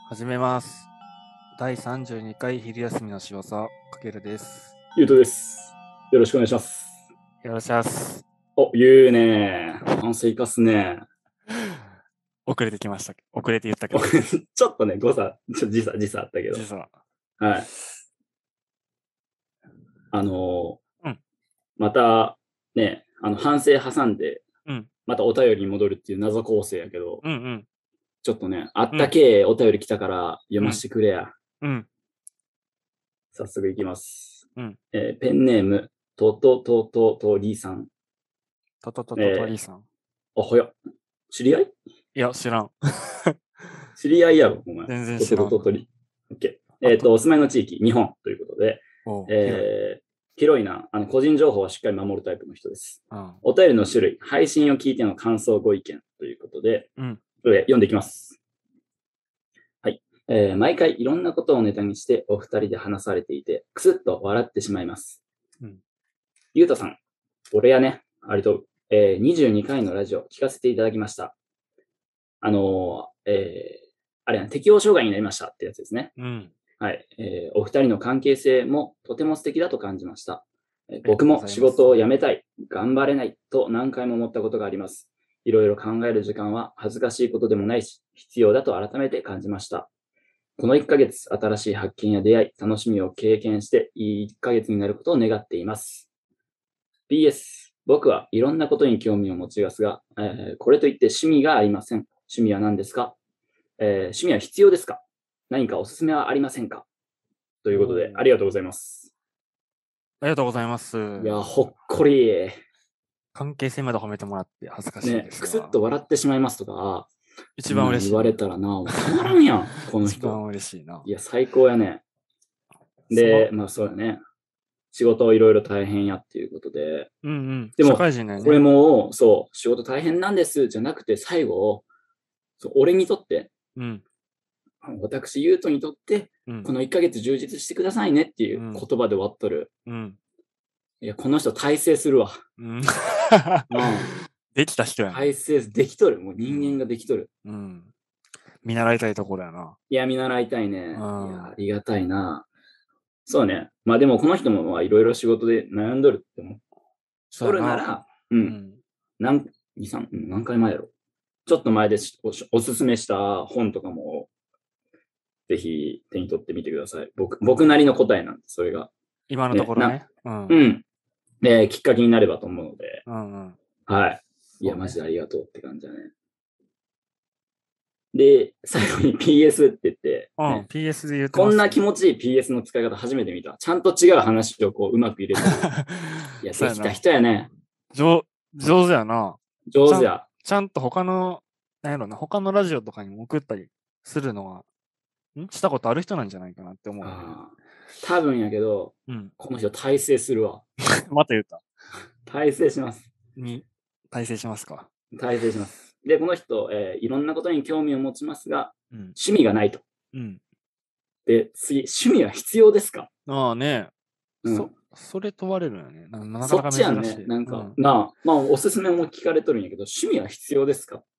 始めます。第32回昼休みの仕業、かけるです。 ゆうとです。よろしくお願いします。 よろしくお願いします。 お、言うね。反省生かすね。 遅れてきました。遅れて言ったけど。 ちょっとね、誤差、時差あったけど。 実は。 はい。 うん。 また、ね、反省挟んで、 うん。 またお便りに戻るっていう謎構成やけど、 うんうん。 ちょっとね、あったけえお便り来たから読ませてくれや。 うん。 早速いきます。 うん。 ペンネーム、とりーさん。 とりさん。 あ、ほや。知り合い？ いや、知らん。 知り合いやろ、お前。 全然知らん。 とり。オッケー。お住まいの地域、日本ということで、広いな。個人情報はしっかり守るタイプの人です。お便りの種類、配信を聞いての感想、ご意見ということで、読んでいきます。はい。毎回いろんなことをネタにしてお二人で話されていて、くすっと笑ってしまいます。ゆうたさん、俺やね、ありがとう。22回のラジオ聞かせていただきました。あれね、適応障害になりましたってやつですね。はい。お二人の関係性もとても素敵だと感じました。僕も仕事を辞めたい、頑張れないと何回も思ったことがあります。いろいろ考える時間は恥ずかしいことでもないし、必要だと改めて感じました。この1ヶ月、新しい発見や出会い、楽しみを経験していい1ヶ月になることを願っています。PS、僕はいろんなことに興味を持ちますが、これといって趣味がありません。趣味は何ですか？趣味は必要ですか？何かおすすめはありませんか？ということで、ありがとうございます。 ありがとうございます。 いや、ほっこり。 関係性まで褒めてもらって恥ずかしいです。 ね、くすっと笑ってしまいますとか、 一番嬉しい。 言われたらな、たまらんやん、この人。 一番嬉しいな。 いや、最高やね。で、まあそうやね。仕事いろいろ大変やっていうことで。でも、これも、そう、仕事大変なんですじゃなくて、最後、俺にとって、私、ゆうとにとって、この1ヶ月充実してくださいねっていう言葉で終わっとる。いや、この人大成するわ。 できた人やね。大成できとる。もう人間ができとる。 見習いたいところやな。 いや、見習いたいね。いや、ありがたいな。そうね。まあでも、この人もいろいろ仕事で悩んどるって思う。それなら、何回前やろ。ちょっと前でおすすめした本とかも、ぜひ手に取ってみてください。僕なりの答えなんで、それが。 今のところね。 で、きっかけになればと思うので。はい。いや、マジでありがとうって感じだね。で、最後に PS って言って、 PS で言ってこんな気持ちいい PS の使い方初めて見た。ちゃんと違う話をこううまく入れてる。いや、できた人やね。 上手やな。 上手や。 ちゃんと他のラジオとかにも送ったりするのは、したことある人なんじゃないかなって思う、ね。 多分やけど、この人大成するわ。 また言った。 大成します。 大成しますか。 大成します。で、この人、いろんなことに興味を持ちますが、趣味がないと。で、次、趣味は必要ですか？ ああね。それ問われるよね。 そっちやね。なんか、まあ、おすすめも聞かれとるんやけど、趣味は必要ですかって。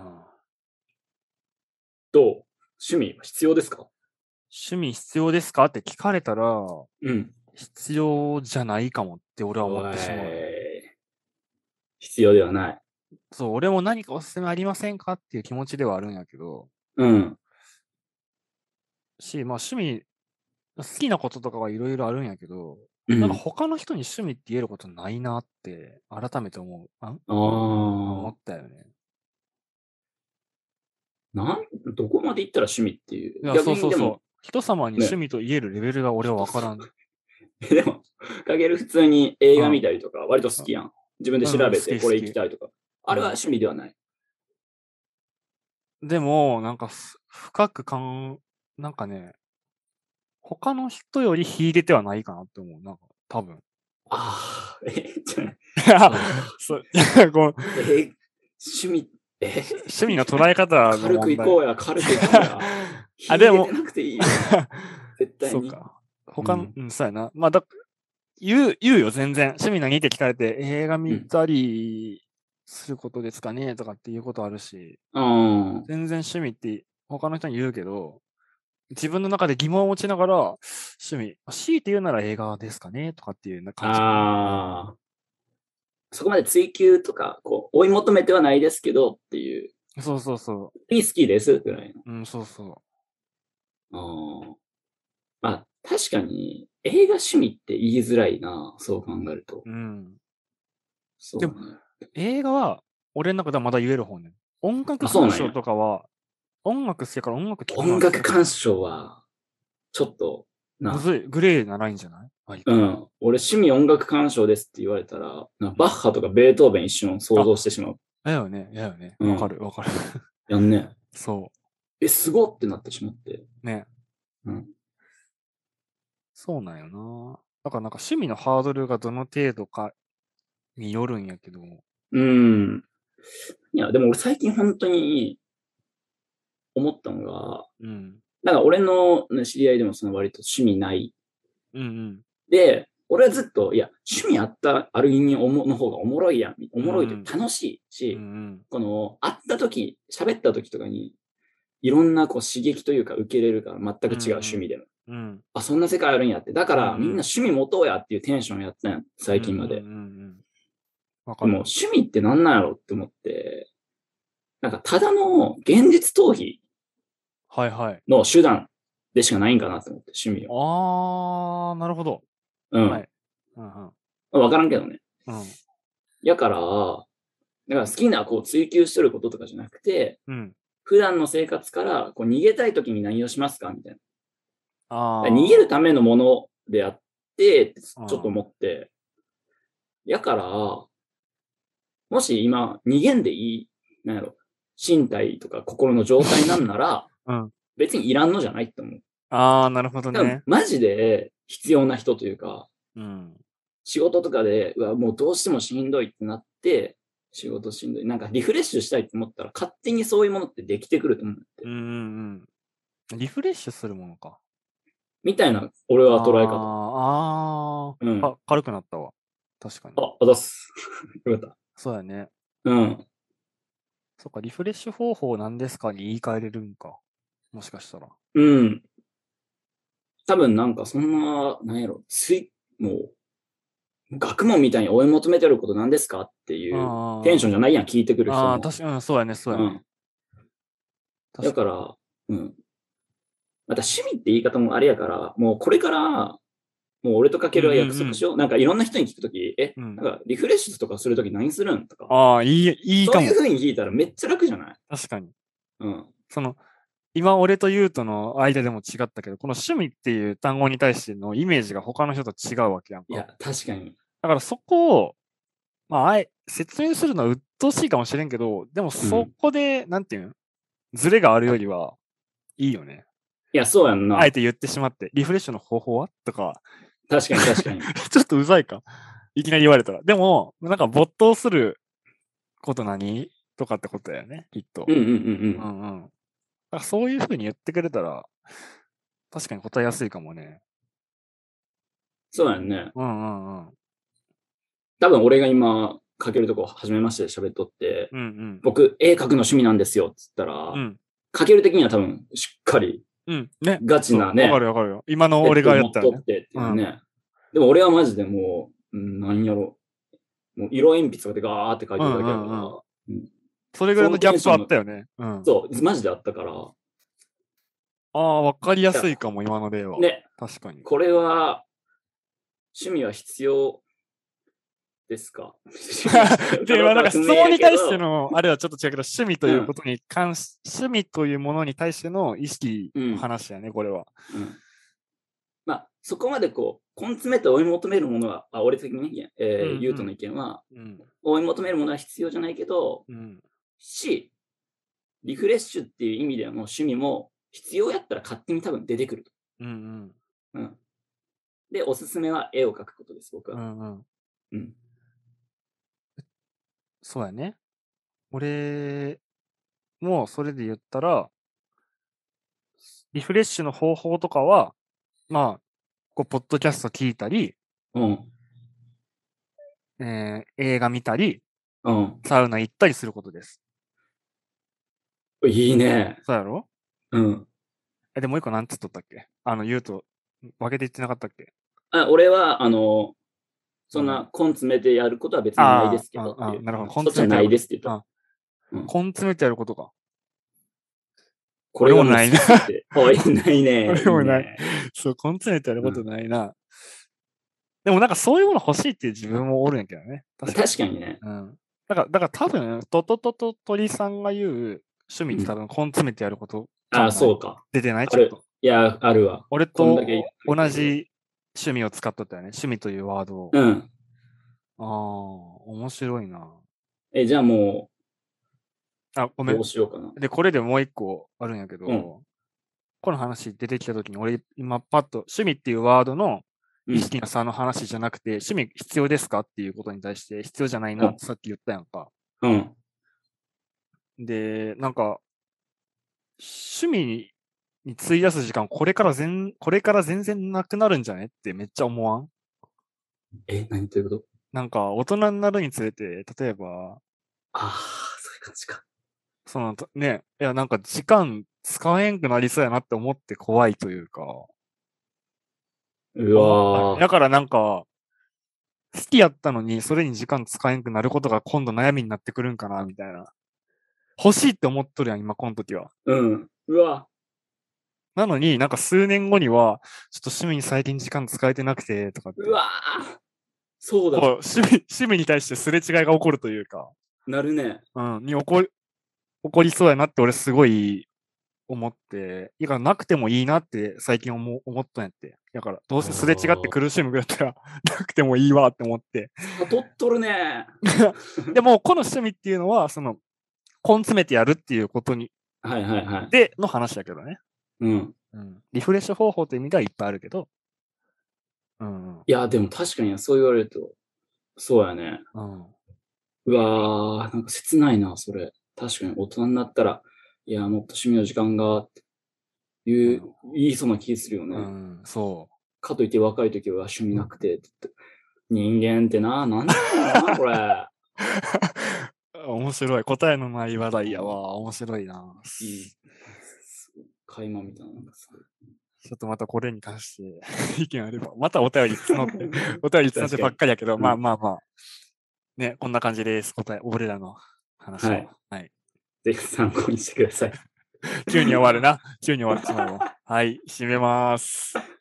どう？趣味は必要ですか？ 趣味必要ですかって聞かれたら、必要じゃないかもって俺は思ってしまう。 必要ではない。 そう、俺も何かおすすめありませんかっていう気持ちではあるんやけど。まあ趣味、好きなこととかはいろいろあるんやけど、なんか他の人に趣味って言えることないなって改めて思ったよね。 どこまで行ったら趣味っていう。 逆にでも人様に趣味と言えるレベルが俺は分からん。 でも、かける普通に映画見たりとか、割と好きやん。自分で調べてこれ行きたいとか。あれは趣味ではない。 でも、なんか深くなんかね、他の人より秀でてはないかなって思う。なんか、多分。 趣味、 趣味の捉え方の問題。 軽く行こうや、軽く行こうや。秀でてなくていいよ。絶対に。 そうか。そうやな。まあ、言うよ、全然。趣味何って聞かれて、映画見たりすることですかねとかっていうことあるし、全然趣味って他の人に言うけど、自分の中で疑問を持ちながら、趣味、強いて言うなら映画ですかねとかっていう感じ。 ああ。そこまで追求とか、こう、追い求めてはないですけどっていう。 そうそうそう。好きですぐらいの。 うん、そうそう。まあ、確かに、映画趣味って言いづらいな、そう考えると。 うん。 そう、 ね。でも、映画は、俺の中ではまだ言える方ね。音楽鑑賞とかは、音楽好きから音楽聴く音楽鑑賞は、ちょっと、 むずい、グレーなラインじゃない？ うん。俺趣味音楽鑑賞ですって言われたら、バッハとかベートーベン一瞬想像してしまう。 だよね、だよね。わかる、わかる。 やんね。 そう。 すごってなってしまって。 ね。 うん。 そうなんよな。だからなんか趣味のハードルがどの程度かによるんやけど。 うん。いや、でも俺最近本当に思ったのが、 うん。 だから俺の知り合いでもその割と趣味ない。 うんうん。 で、俺はずっと、いや、趣味ある人間の方がおもろいやん。おもろいと楽しいし、 うんうん、 この、会った時、喋った時とかに、いろんなこう刺激というか受け入れるから全く違う趣味でも。 うんうん、 あ、そんな世界あるんやって。だからみんな趣味持とうやっていうテンションやったんや、最近まで。でも趣味ってなんなんやろって思って、なんかただの現実逃避の手段でしかないんかなと思って、趣味は。あー、なるほど。 うん。 はい。 わからんけどね。 うん。 だから好きなこう追求してることとかじゃなくて、 うん、 普段の生活からこう逃げたい時に何をしますかみたいな。 あ逃げるためのものであって、ちょっと思って。やから、もし今、逃げんでいい、なんやろ、身体とか心の状態なんなら、 うん、 別にいらんのじゃないって思う。 あー、なるほどね。 マジで必要な人というか、 うん、 仕事とかで、もうどうしてもしんどいってなって、仕事しんどい。なんかリフレッシュしたいって思ったら、勝手にそういうものってできてくると思うんだって。 うん。リフレッシュするものか。 みたいな、俺は捉え方。 うん。軽くなったわ。確かに。 あざっす。よかった。 そうやね。 うん。 そっか、リフレッシュ方法なんですかに言い換えれるんか。もしかしたら。 うん。多分なんかそんな、なんやろ、もう、学問みたいに追い求めてることなんですかっていうテンションじゃないやん、聞いてくる人も。 確かに、そうやね、そうやね。 だから、また趣味って言い方もあれやから、もうこれから、もう俺とかけるは約束しよう。なんかいろんな人に聞くとき、なんかリフレッシュとかするとき何するんとか。 いいかも。 そういうふうに聞いたらめっちゃ楽じゃない？ 確かに。 うん。 今俺とユウとの間でも違ったけど、この趣味っていう単語に対してのイメージが他の人と違うわけやんか。 いや、確かに。 だからそこを、説明するのは鬱陶しいかもしれんけど、でもそこで、なんていうん、ズレがあるよりはいいよね。 いや、そうやんな。 あえて言ってしまって、リフレッシュの方法はとか。 確かに確かに。 ちょっとうざいか。いきなり言われたら。でも、なんか没頭すること何とかってことだよね、きっと。だからそういうふうに言ってくれたら、確かに答えやすいかもね。 そうやんね。多分俺が今、かけるとこ初めましてで喋っとって、僕、絵描くの趣味なんですよ、つったら、かける的には多分、しっかり、ガチなね。 わかるわかるよ。今の俺がやったら、ね。 っていうね。でも俺はマジでもう、なんやろ。もう色鉛筆とかでガーって描いてるだけだから。 それぐらいのギャップあったよね。 そう、マジであったから。 わかりやすいかも、今の例は。 ね。 確かに。 これは、趣味は必要ですか？ で、なんか質問に対しての、あれはちょっと違うけど、趣味ということに趣味というものに対しての意識の話やね、これは。 まあ、そこまでこう、根詰めて追い求めるものは、俺的にね、ユウトの意見は、追い求めるものは必要じゃないけど、リフレッシュっていう意味での趣味も必要やったら勝手に多分出てくると。で、おすすめは絵を描くことです、僕は。 そうやね。俺もそれで言ったら、リフレッシュの方法とかは、ポッドキャスト聞いたり、映画見たり、サウナ行ったりすることです。 いいね。 そうやろ？ うん。 で、もう一個何つっとったっけ？言うと、分けて言ってなかったっけ？ 俺は、そんな、根詰めてやることは別にないですけどっていう。 なるほど。 そっちはないですって言った。 根詰めてやることか。 これがもう好きすぎて。ないね。 俺もない。そう、根詰めてやることないな。でもなんかそういうもの欲しいっていう自分もおるんやけどね。 確かにね。 うん。だから多分、トトトト鳥さんが言う趣味って多分根詰めてやることそうか。 出てないちょっと。 いや、あるわ。 俺と同じ趣味を使っとったよね。趣味というワードを。 うん。 面白いな。 じゃあもう、ごめん。 どうしようかな。 で、これでもう一個あるんやけど、この話出てきたときに、俺今パッと趣味っていうワードの意識の差の話じゃなくて、趣味必要ですかっていうことに対して必要じゃないなってさっき言ったやんか。 うん。 で、なんか、趣味に費やす時間、これから全然なくなるんじゃねってめっちゃ思わん？ 何ということ？ なんか、大人になるにつれて、例えば、 そういう感じか。 ね、いや、なんか時間使えんくなりそうやなって思って怖いというか。 うわだからなんか、好きやったのに、それに時間使えんくなることが今度悩みになってくるんかな、みたいな。欲しいって思っとるやん、今、この時は。 うん。うわ。 なのになんか数年後には、ちょっと趣味に最近時間使えてなくて、とかって。 うわそうだ。 趣味に対してすれ違いが起こるというか。 なるね。 に起こりそうやなって俺すごい思って、いやなくてもいいなって最近思ったんやって。だから、どうせすれ違って苦しむぐらいだったら、なくてもいいわって思って。 悟っとるね。 でも、この趣味っていうのは、根詰めてやるっていうことに、での話だけどね。 うん。 リフレッシュ方法という意味ではいっぱいあるけど。 いや、でも確かにそう言われると、そうやね。うわー、なんか切ないな、それ。確かに大人になったら、いや、もっと趣味の時間が、言いそうな気するよね。 そう。 かといって若い時は趣味なくて、人間ってなんだろうな、これ。 面白い。答えのない話題やわ。面白いな。 垣間みたいな。 ちょっとまたこれに関して意見あれば、またお便り募ってばっかりやけど、まあ。ね、こんな感じです。俺らの話は。はい。 ぜひ参考にしてください。 急に終わるな。急に終わるつまりも。はい、締めます。